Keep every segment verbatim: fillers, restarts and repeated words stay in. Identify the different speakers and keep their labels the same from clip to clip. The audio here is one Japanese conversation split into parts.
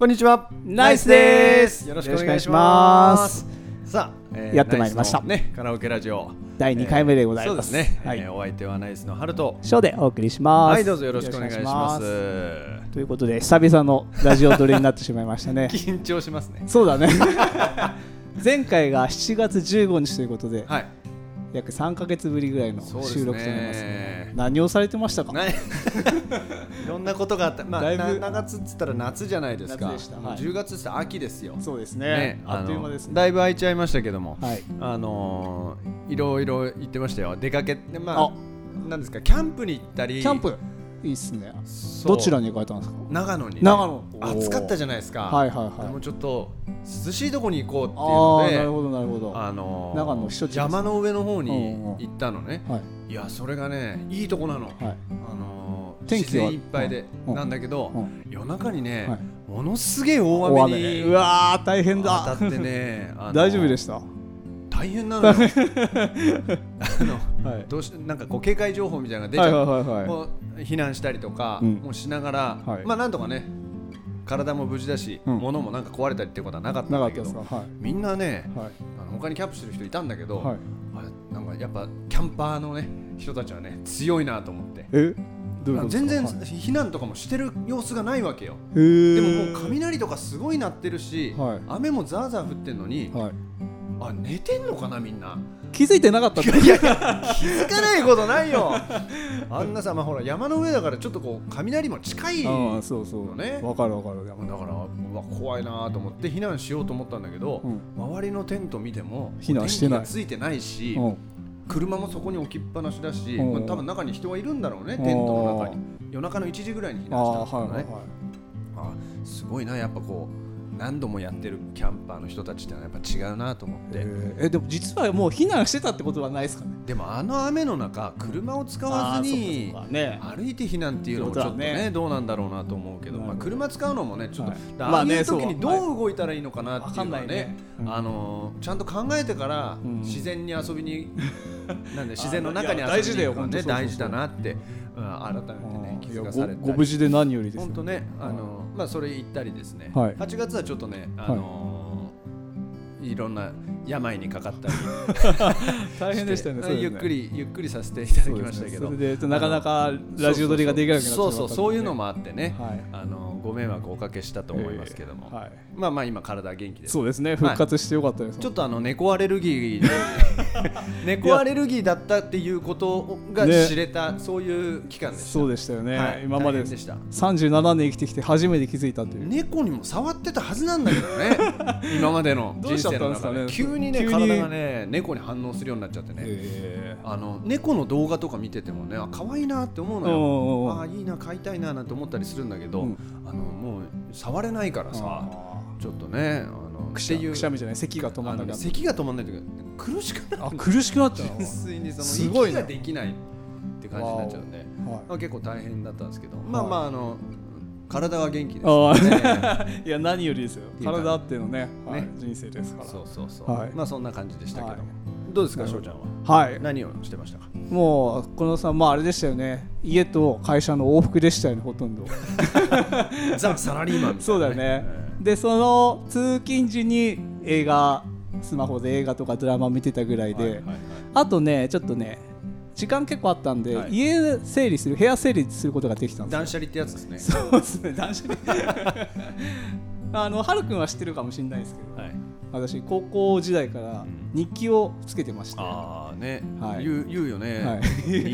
Speaker 1: こんにちは、
Speaker 2: ナイスです。
Speaker 1: よろしくお願いします。さあ、
Speaker 2: えー、やってまいりました。
Speaker 1: ね、カラオケラジオ
Speaker 2: だいにかいめでございます。
Speaker 1: そうですね。はい、えー、お相手はナイスのハルと
Speaker 2: ショーでお送りします。
Speaker 1: はい、どうぞよろしくお願いします。
Speaker 2: ということで久々のラジオ撮りになってしまいましたね。
Speaker 1: 緊張しますね。
Speaker 2: そうだね。前回がしちがつじゅうごにちということで、はい、約さんかげつぶりぐらいの収録となりますね。何をされてましたか？い
Speaker 1: ろんなことがあった。まあ、しちがつっつったら夏じゃないですか。夏でした、はい、じゅうがつっつったら秋ですよ。
Speaker 2: そうですね。ね、あっという間ですね。
Speaker 1: だいぶ空いちゃいましたけども、はい、あのー、いろいろ言ってましたよ。出かけて、まあ、あなんですか、キャンプに行ったり。
Speaker 2: キャンプいいっすね。どちらに行かれたんですか？
Speaker 1: 長野に、ね、
Speaker 2: 長野
Speaker 1: 暑かったじゃないですか。
Speaker 2: はいはいはい。
Speaker 1: でもちょっと涼しいところに行こうっていうので、
Speaker 2: あ、なるほどなるほど。
Speaker 1: あのー、
Speaker 2: 長野避暑地、
Speaker 1: 山の上の方に行ったのね。
Speaker 2: はい、
Speaker 1: いやそれがねいいとこなの。はい、あのー、
Speaker 2: 天気はい
Speaker 1: っぱいで、うん、なんだけど、うん、夜中にね、はい、ものすげえ大雨に
Speaker 2: うわー大変だ
Speaker 1: 当たってね、あのー、
Speaker 2: 大丈夫でした？
Speaker 1: 大変なのよ。あの、はい、どうしなんかこう警戒情報みたいなのが出ちゃう、はいはいはいはい、もう避難したりとか、うん、もうしながら、はい、まあなんとかね体も無事だし、うん、物もなんか壊れたりってことはなかったんだけど、はい、みんなね、はい、あの他にキャンプしてる人いたんだけど、はい、あなんかやっぱキャンパーのね人たちはね強いなと思って。
Speaker 2: えどういうこと
Speaker 1: 全然、はい、避難とかもしてる様子がないわけよ。でももう雷とかすごい鳴ってるし、はい、雨もザーザー降ってんのに、はい、あ寝てんのかなみんな。
Speaker 2: 気づいてなかった。
Speaker 1: いやいや気づかないことないよ。あんなさ、まあ、ほら山の上だからちょっとこう雷も近いのね。
Speaker 2: そうそうね。わかるわかる。だから
Speaker 1: うわ怖いなと思って避難しようと思ったんだけど、うん、周りのテント見ても
Speaker 2: 避難してない。
Speaker 1: 電気がついてないし、うん、車もそこに置きっぱなしだし、うんまあ、多分中に人はいるんだろうね。テントの中に夜中のいちじぐらいに避難したんだね。あ、はいはいはい、あすごいなやっぱこう何度もやってるキャンパーの人たちってのはやっぱ違うなと思って。
Speaker 2: えでも実はもう避難してたってことはないですかね。
Speaker 1: でもあの雨の中車を使わずに歩いて避難っていうのもちょっとねどうなんだろうなと思うけど、まあ車使うのもねちょっとああいう時にどう動いたらいいのかなっていうのはねあのちゃんと考えてから自然に遊びになんで自然の中に遊びに行くのはね大事だなって改めてね気づかされたり。
Speaker 2: ご無事で何よりです。
Speaker 1: 本当ねあのまあそれ言ったりですね。はちがつはちょっとねあのいろんな病にかかったり
Speaker 2: 大変でしたよね。
Speaker 1: ゆっくりゆっくりさせていただきましたけど、
Speaker 2: それでなかなかラジオ撮りができなくなってしまった。
Speaker 1: そうそうそういうのもあってね、あのご迷惑をおかけしたと思いますけども、まあまあ今体は元気です。
Speaker 2: そうですね、復活してよかったです。
Speaker 1: ちょっとあの猫アレルギー猫アレルギーだったっていうことが知れたそういう期間でした。
Speaker 2: そうでしたよね。今までさんじゅうななねん生きてきて初めて気づいたという。
Speaker 1: 猫にも触ってたはずなんだけどね。今までの人生の中で急にね体がね猫に反応するようになっちゃってね、えー、あの猫の動画とか見ててもねあ可愛いなって思うのよ。あいいな飼いたいななんて思ったりするんだけど、うん、あのもう触れないからさちょっとねあの
Speaker 2: くしゃくしゃみじゃない咳が止まんない。
Speaker 1: 咳が止まんないというか苦しくなる。
Speaker 2: あ苦しくなっちゃう。
Speaker 1: 純粋にその息ができないって感じになっちゃうんで、はいまあ、結構大変だったんですけど、はい、まあまああの体は元気ですね。
Speaker 2: いや何よりですよ。体あってのね、はい、人生ですから。
Speaker 1: そうそうそう。はい、まあそんな感じでしたけども、はい、どうですか翔ちゃん
Speaker 2: は。はい。
Speaker 1: 何をしてましたか。
Speaker 2: もうこのさまああれでしたよね。家と会社の往復でしたよねほとんど。
Speaker 1: ザ・サラリーマンみたいな、ね。
Speaker 2: そうだよね。でその通勤時に映画スマホで映画とかドラマ見てたぐらいで、はいはいはい、あとねちょっとね。時間結構あったんで、はい、家整理する部屋整理することができたんですよ。
Speaker 1: 断捨離ってやつですね。
Speaker 2: そうですね断捨離。あのはるくんは知ってるかもしれないですけど、はい、私高校時代から日記をつけてました。
Speaker 1: うん、ああね、はい、言う、言うよね、はい、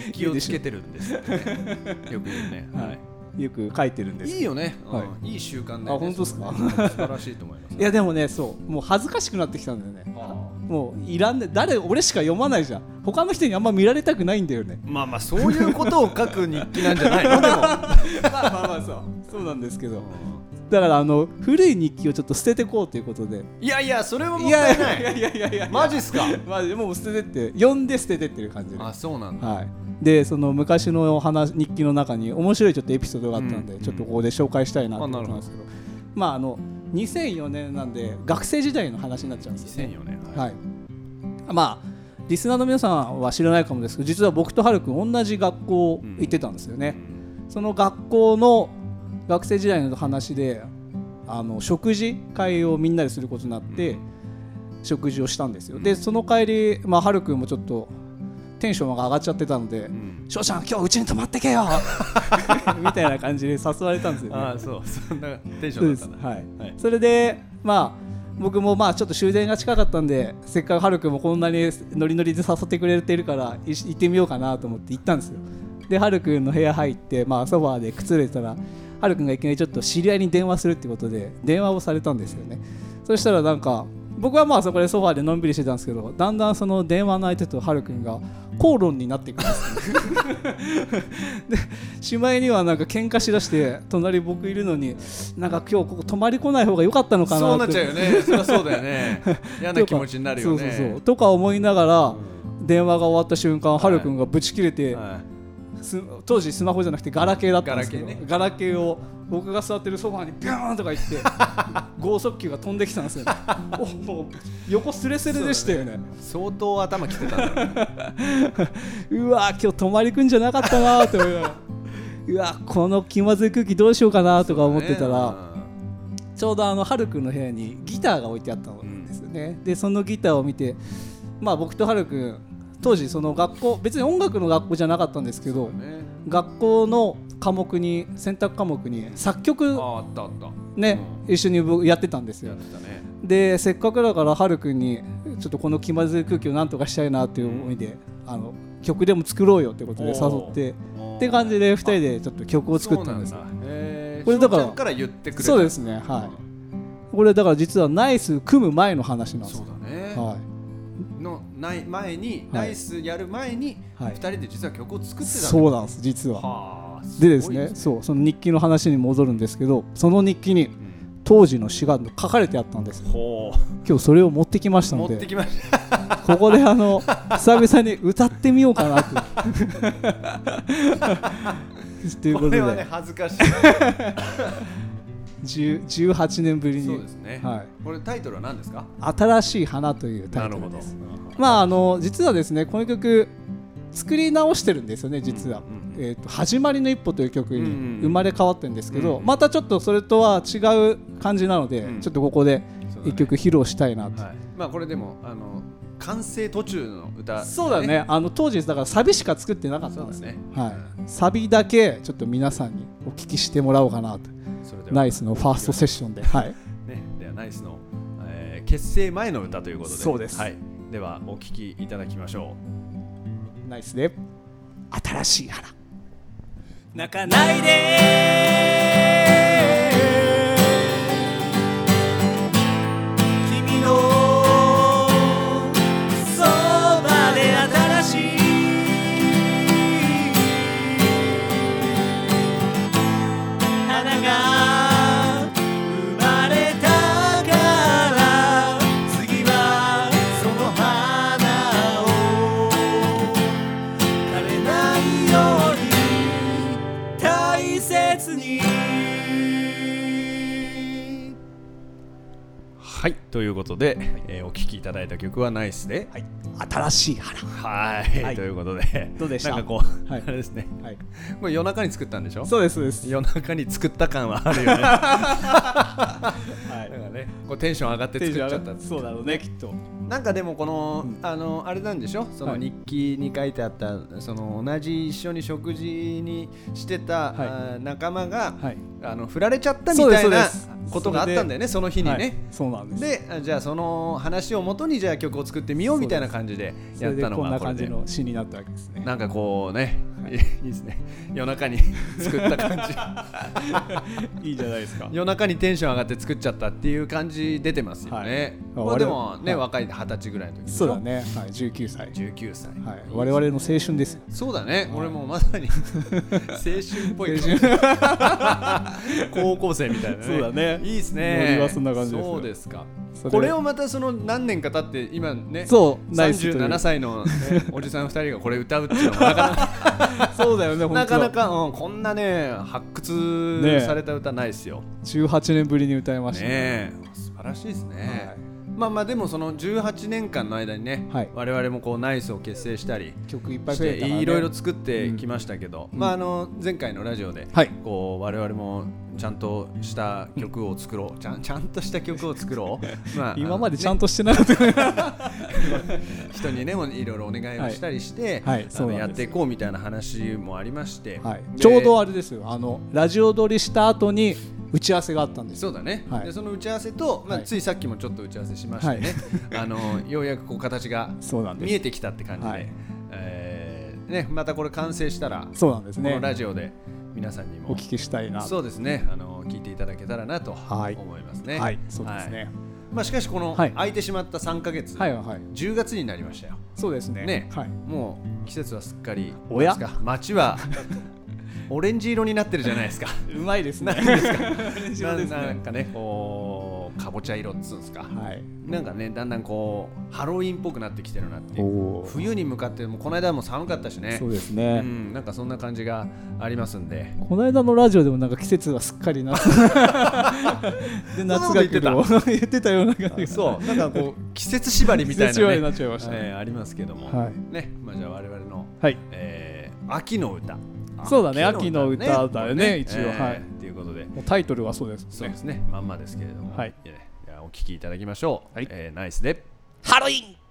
Speaker 1: 日記をつけてるんですってね。よく言うね。はい。
Speaker 2: よく書いてるんです。
Speaker 1: いいよね。はい、いい習慣で、ね。
Speaker 2: あ本当ですか。
Speaker 1: 素晴らしいと思います。
Speaker 2: いやでもねそうもう恥ずかしくなってきたんだよね。もういらんね誰俺しか読まないじゃん。他の人にあんま見られたくないんだよね。
Speaker 1: まあまあそういうことを書く日記なんじゃないの。でもまあ
Speaker 2: まあまあそうそうなんですけど。だからあの古い日記をちょっと捨ててこうということで。
Speaker 1: いやいやそれはもったいない。
Speaker 2: いやいやいやいや
Speaker 1: マジっすか。
Speaker 2: マジでもう捨ててって読んで捨ててってる感じで。
Speaker 1: あそうなんだ。
Speaker 2: はい。でその昔の話日記の中に面白いちょっとエピソードがあったので、うん、ちょっとここで紹介したいなと思ってますけど、まああのにせんよねんなんで学生時代の話になっちゃうんですよ、ね。にせんよねん、はい、はい。まあリスナーの皆さんは知らないかもですけど、実は僕とはるくん同じ学校行ってたんですよね。うん、その学校の学生時代の話で、 あの食事会をみんなですることになって、うん、食事をしたんですよ。でその帰り、まあ、はるくんもちょっとテンションが上がっちゃってたので、翔、うん、ちゃん今日うちに泊まってけよみたいな感じで誘われたんですよね。
Speaker 1: ああそうそんなテンションだったんだ。
Speaker 2: はいはい、それでまあ僕もまあちょっと終電が近かったんで、せっかくはるくんもこんなにノリノリで誘ってくれてるから行ってみようかなと思って行ったんですよ。ではるくんの部屋入って、まあ、ソファーでくつろいでたら、はるくんがいきなりちょっと知り合いに電話するってことで電話をされたんですよね。そしたらなんか僕はまあそこでソファーでのんびりしてたんですけど、だんだんその電話の相手とはるくんが口論になっていくんですよでしまいにはなんか喧嘩しだして、隣僕いるのになんか今日ここ泊まり来ない方が良かったのかなって。
Speaker 1: そうなっちゃうよね。そりゃそうだよね嫌な気持ちになるよね
Speaker 2: そうそうそうとか思いながら、うん、電話が終わった瞬間、はるくんがブチ切れて、はいはい、当時スマホじゃなくてガラケーだったんですけど、ガラケーね、ガラケーを僕が座ってるソファーにビューンとか言って剛速球が飛んできたんですよねおもう横スレスレでしたよ ね, ね
Speaker 1: 相当頭きてたんだ
Speaker 2: うわ今日泊まりくんじゃなかったなって思いながらうわこの気まずい空気どうしようかなとか思ってたら、ね、ちょうどあのはるくんの部屋にギターが置いてあったんですよね、うん、でそのギターを見て、まあ僕とはるくん当時その学校別に音楽の学校じゃなかったんですけど、ね、学校の科目に選択科目に作曲
Speaker 1: あったあった、
Speaker 2: ねうん、一緒にやってたんですよ。
Speaker 1: やってたね。で
Speaker 2: せっかくだからはるくんにちょっとこの気まずい空気をなんとかしたいなっていう思いで、うん、あの曲でも作ろうよってことで誘ってって感じでふたりでちょっと曲を作ったんですよ。
Speaker 1: これだからから言ってくれた。
Speaker 2: そうですね、はい、これだから実はナイス組む前の話なんですよ。
Speaker 1: そうだね、
Speaker 2: はい
Speaker 1: のない前に、はい、ナイスやる前にふたりで実は曲を作ってたんです、
Speaker 2: はい、そうなんです実は。はでですね、そうその日記の話に戻るんですけど、その日記に当時の詩が書かれてあったんです。
Speaker 1: ほう
Speaker 2: 今日それを持ってきましたので、
Speaker 1: 持ってきました
Speaker 2: ここであの久々に歌ってみようかなとということで、
Speaker 1: これはね恥ずかしい
Speaker 2: じゅうはちねんぶりに。
Speaker 1: そうですね、はい、これタイトルは何ですか？
Speaker 2: 新しい花というタイトルです。まああの実はですねこの曲作り直してるんですよね実は、うんうん、えー、と始まりの一歩という曲に生まれ変わってるんですけど、うんうん、またちょっとそれとは違う感じなので、うん、ちょっとここで一曲披露したいなと、ね、はい、
Speaker 1: まあこれでもあの完成途中の歌、ね、
Speaker 2: そうだね、あの当時だからサビしか作ってなかったんですね、はい、サビだけちょっと皆さんにお聞きしてもらおうかなと。ナイスのファーストセッションで、はい、
Speaker 1: ね、ではナイスの、えー、結成前の歌ということで、
Speaker 2: そうです、
Speaker 1: はい、ではお聴きいただきましょ
Speaker 2: う。ナイスで新しい花。泣かないで君のそばで新しい花が
Speaker 1: はい、ということで、はい、えー、お聴きいただいた曲はナイスで、
Speaker 2: はい、新しい花。
Speaker 1: はい、はい、ということで
Speaker 2: どうでした？
Speaker 1: なんかこう、はい、あれですね、はい、これ夜中に作ったんでしょ？
Speaker 2: そうですそうです。
Speaker 1: 夜中に作った感はあるよねはい、なんかね、こうテンション上がって作っちゃった。
Speaker 2: そうだろうねきっと。
Speaker 1: なんかでもこの、うん、あのあれなんでしょ、その日記に書いてあった、はい、その同じ一緒に食事にしてた、はい、仲間が、はい、あの振られちゃったみたいなことがあったんだよね、 そ, その日にね、はい、
Speaker 2: そうなんです。
Speaker 1: でじゃあその話をもとにじゃあ曲を作ってみようみたいな感じでやったのがこれで、
Speaker 2: こんな感じの詩になったわけですね。
Speaker 1: なんかこうね、はい、いいですね、夜中に作った感
Speaker 2: じいいじゃないですか。
Speaker 1: 夜中にテンション上がって作っちゃったっていう感じ出てますよね、はい、まあ、でもね、はい、若いはたちぐらいの時でしょ。
Speaker 2: そうだね、はい、じゅうきゅうさい
Speaker 1: じゅうきゅうさい、
Speaker 2: はい、我々の青春ですよ。
Speaker 1: そうだね、はい、俺もまさに青春っぽい高校生みたいなね。
Speaker 2: そうだね、
Speaker 1: いいですね。
Speaker 2: ノリはそんな感じです。
Speaker 1: そうですか。これをまたその何年か経って今ね、
Speaker 2: そう
Speaker 1: さんじゅうななさいの、ね、おじさんふたりがこれ歌うっていうのもなかなか
Speaker 2: そうだよね、
Speaker 1: なかなか、うん、こんなね発掘された歌ないですよ、ね、
Speaker 2: じゅうはちねんぶりに歌いました ね,
Speaker 1: ね。素晴らしいですね、はい、 まあまあでもそのじゅうはちねんかんの間にね、はい、我々もこうナイスを結成したり
Speaker 2: 曲いっぱい増えたからね、
Speaker 1: いろいろ作ってきましたけど、うん、まああの前回のラジオで、はい、こう我々もちゃんとした曲を作ろう、ちゃんちゃんとした曲を作ろう、まあ、
Speaker 2: 今までちゃんとしてなかった
Speaker 1: 人にねもいろいろお願いをしたりして、はいはい、あのやっていこうみたいな話もありまして、
Speaker 2: はい、ちょうどあれですよ、あのラジオ撮りした後に打ち合わせがあったんです。
Speaker 1: そうだね、はい、でその打ち合わせと、まあ、ついさっきもちょっと打ち合わせしましてね、はい、あのようやくこう形が見えてきたって感じで、はい、えーね、またこれ完成したら
Speaker 2: そうなんですね、
Speaker 1: このラジオで皆さんにも
Speaker 2: お聞きしたいな、
Speaker 1: そうですね、あの聞いていただけたらなと思いますね。
Speaker 2: はい、はい、そうですね、はい、
Speaker 1: まあ、しかしこの空いてしまったさんかげつ、はいはいはい、じゅうがつになりましたよ。
Speaker 2: そうですね、
Speaker 1: ね、はい、もう季節はすっかり
Speaker 2: おや
Speaker 1: 街はオレンジ色になってるじゃないですか。
Speaker 2: うまいですね。
Speaker 1: なんですか。オレンジ色ですね。なんかね、こうかぼちゃ色っつうんですか。はい。なんかね、だんだんこうハロウィンっぽくなってきてるなっていう。冬に向かってもこの間も寒かったしね。
Speaker 2: そうですね。
Speaker 1: うん、なんかそんな感じがありますんで。
Speaker 2: この間のラジオでもなんか季節はすっかりな。で夏が来ると言ってたような感じ。
Speaker 1: そう。なんかこう季節縛りみたいなね。季節縛りに
Speaker 2: なっちゃいました。
Speaker 1: えー、ありますけども。はい。ね、まあじゃあ我々の、はい、えー、秋の歌。
Speaker 2: そうだね、秋の歌だよね、一応、はい。
Speaker 1: ということで、
Speaker 2: タイトルはそうですね。
Speaker 1: そうですね、まんまですけれども、はい。じゃあお聴きいただきましょう。はい。えー、ナイスで
Speaker 2: ハロウィン。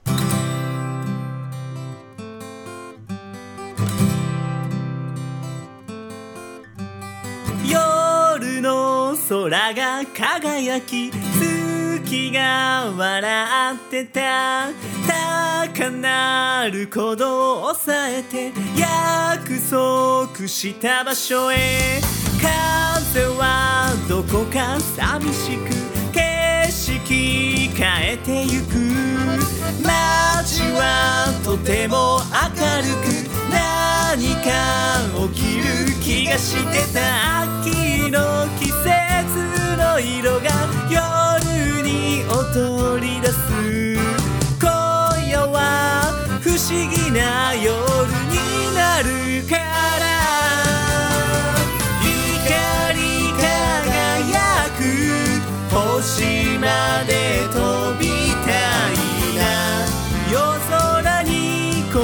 Speaker 3: 夜の空が輝き、月が笑ってた。高鳴る鼓動を抑えて約束した場所へ。風はどこか寂しく景色変えてゆく。街はとても明るく何か起きる気がしてた。秋の季節の色が夜に踊り出す。不思議な夜になるから。光り輝く星まで飛びたいな。夜空に心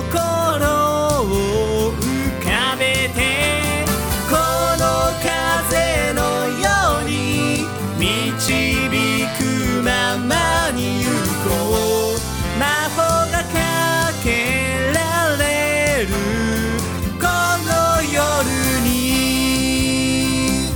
Speaker 3: を浮かべて、この風のように導くままに行こう。魔法がかけられるこの夜に。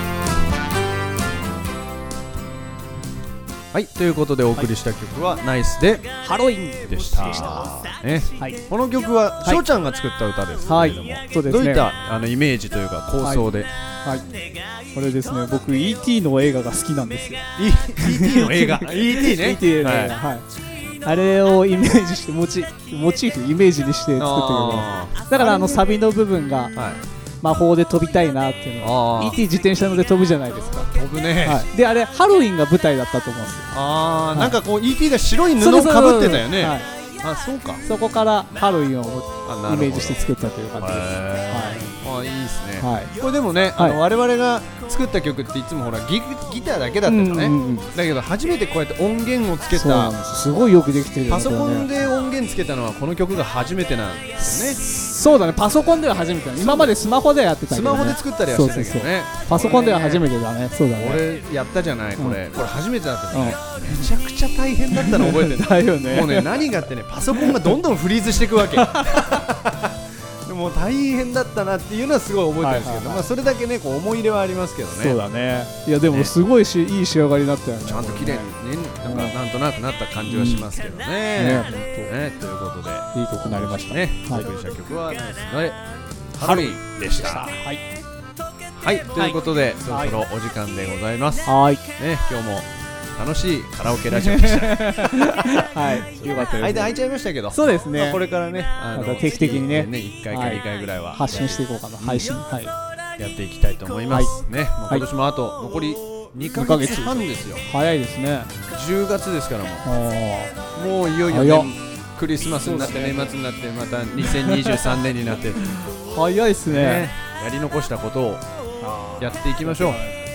Speaker 1: はい、ということでお送りした曲は、はい、ナイスで
Speaker 2: ハロウィン
Speaker 1: でした。ね、はい、この曲は翔ちゃんが作った歌ですけれども、はい、そうですね、どういったあのイメージというか構想で、
Speaker 2: はいはい、これですね、僕 イーティー の映画が好きなんですよ。
Speaker 1: イーティー の映画イーティー ね、 イーティー の映画、はい、
Speaker 2: あれをイメージしてモチ、モチーフイメージにして作ってくれます。だからあのサビの部分が、はい、魔法で飛びたいなっていうのは イーティー 自転車乗で飛ぶじゃないですか。
Speaker 1: 飛ぶね、
Speaker 2: はい、であれハロウィンが舞台だったと思うんですよ。
Speaker 1: あ、はい、なんかこう イーティー が白い布をかぶってたよね。はい、あ、そうか。
Speaker 2: そこからハロウィンをイメージして作ったという感じです。
Speaker 1: はい、あ、いいですね。はい、これでもね、あの我々が作った曲っていつもほら ギ, ギターだけだったじゃない、うんうんうん、だけど初めてこうやって音源をつけた、そうなんです。
Speaker 2: すごいよくできてる、ね、
Speaker 1: パソコンで音源つけたのはこの曲が初めてなんですよね。
Speaker 2: そうだね、パソコンでは初めてだね。今までスマホでやってたけど、ね、
Speaker 1: スマホで作ったりはしてたけどね。そうそうそう、
Speaker 2: パソコンでは初めてだね。そうだね、
Speaker 1: 俺やったじゃない、これ、うん、これ初めてだったね、うん、めちゃくちゃ大変だったの覚えてる
Speaker 2: だよね。
Speaker 1: もうね、何がってね、パソコンがどんどんフリーズしていくわけでも大変だったなっていうのはすごい覚えてるんですけど、はいはいはい、まあ、それだけねこう思い入れはありますけどね。
Speaker 2: そうだね。いやでもすごいし、ね、いい仕上がりになったよね。
Speaker 1: ちゃんと綺麗にね、なんかなんとなくなった感じはしますけどね。うん、ね、ね、ということで
Speaker 2: いい曲になりました
Speaker 1: ね。お送りした曲はナイスのハロウィンでした。はい、はい、ということで、はい、そろそろお時間でございます。はい、ね、今日も楽しいカラオケラジオでした
Speaker 2: はい、よかったです、ね、
Speaker 1: 間空いちゃいましたけど、
Speaker 2: そうですね、
Speaker 1: まあ、これからね、あの
Speaker 2: また定期的にね、
Speaker 1: ね、いっかいかにかいぐらいは
Speaker 2: 発信していこうかな、配信、はい、
Speaker 1: やっていきたいと思います、はい、ね、もう今年もあと残りにかげつはんですよ。
Speaker 2: 早いですね。
Speaker 1: じゅうがつですからもう、もういよいよ、ね、クリスマスになって年末になってまたにせんにじゅうさんねんになって
Speaker 2: 早いですね。
Speaker 1: やり残したことをやっていきましょう。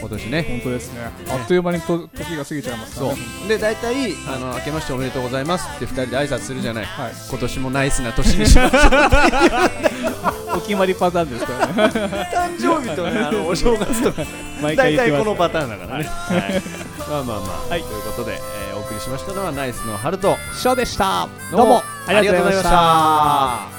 Speaker 1: 今年ね。
Speaker 2: 本当ですね。あっという間にと時が過ぎちゃいますからね。
Speaker 1: そうで大体あの明けましておめでとうございますってふたりで挨拶するじゃない、はい、今年もナイスな年にしましょう
Speaker 2: お決まりパターンですからね
Speaker 1: 誕生日とねあのお正月とか毎回大体このパターンだからね、はいはい、まあまあまあ、はい、ということで、えー、お送りしましたのはナイスのハルと
Speaker 2: ショーでした。どうもありがとうございました。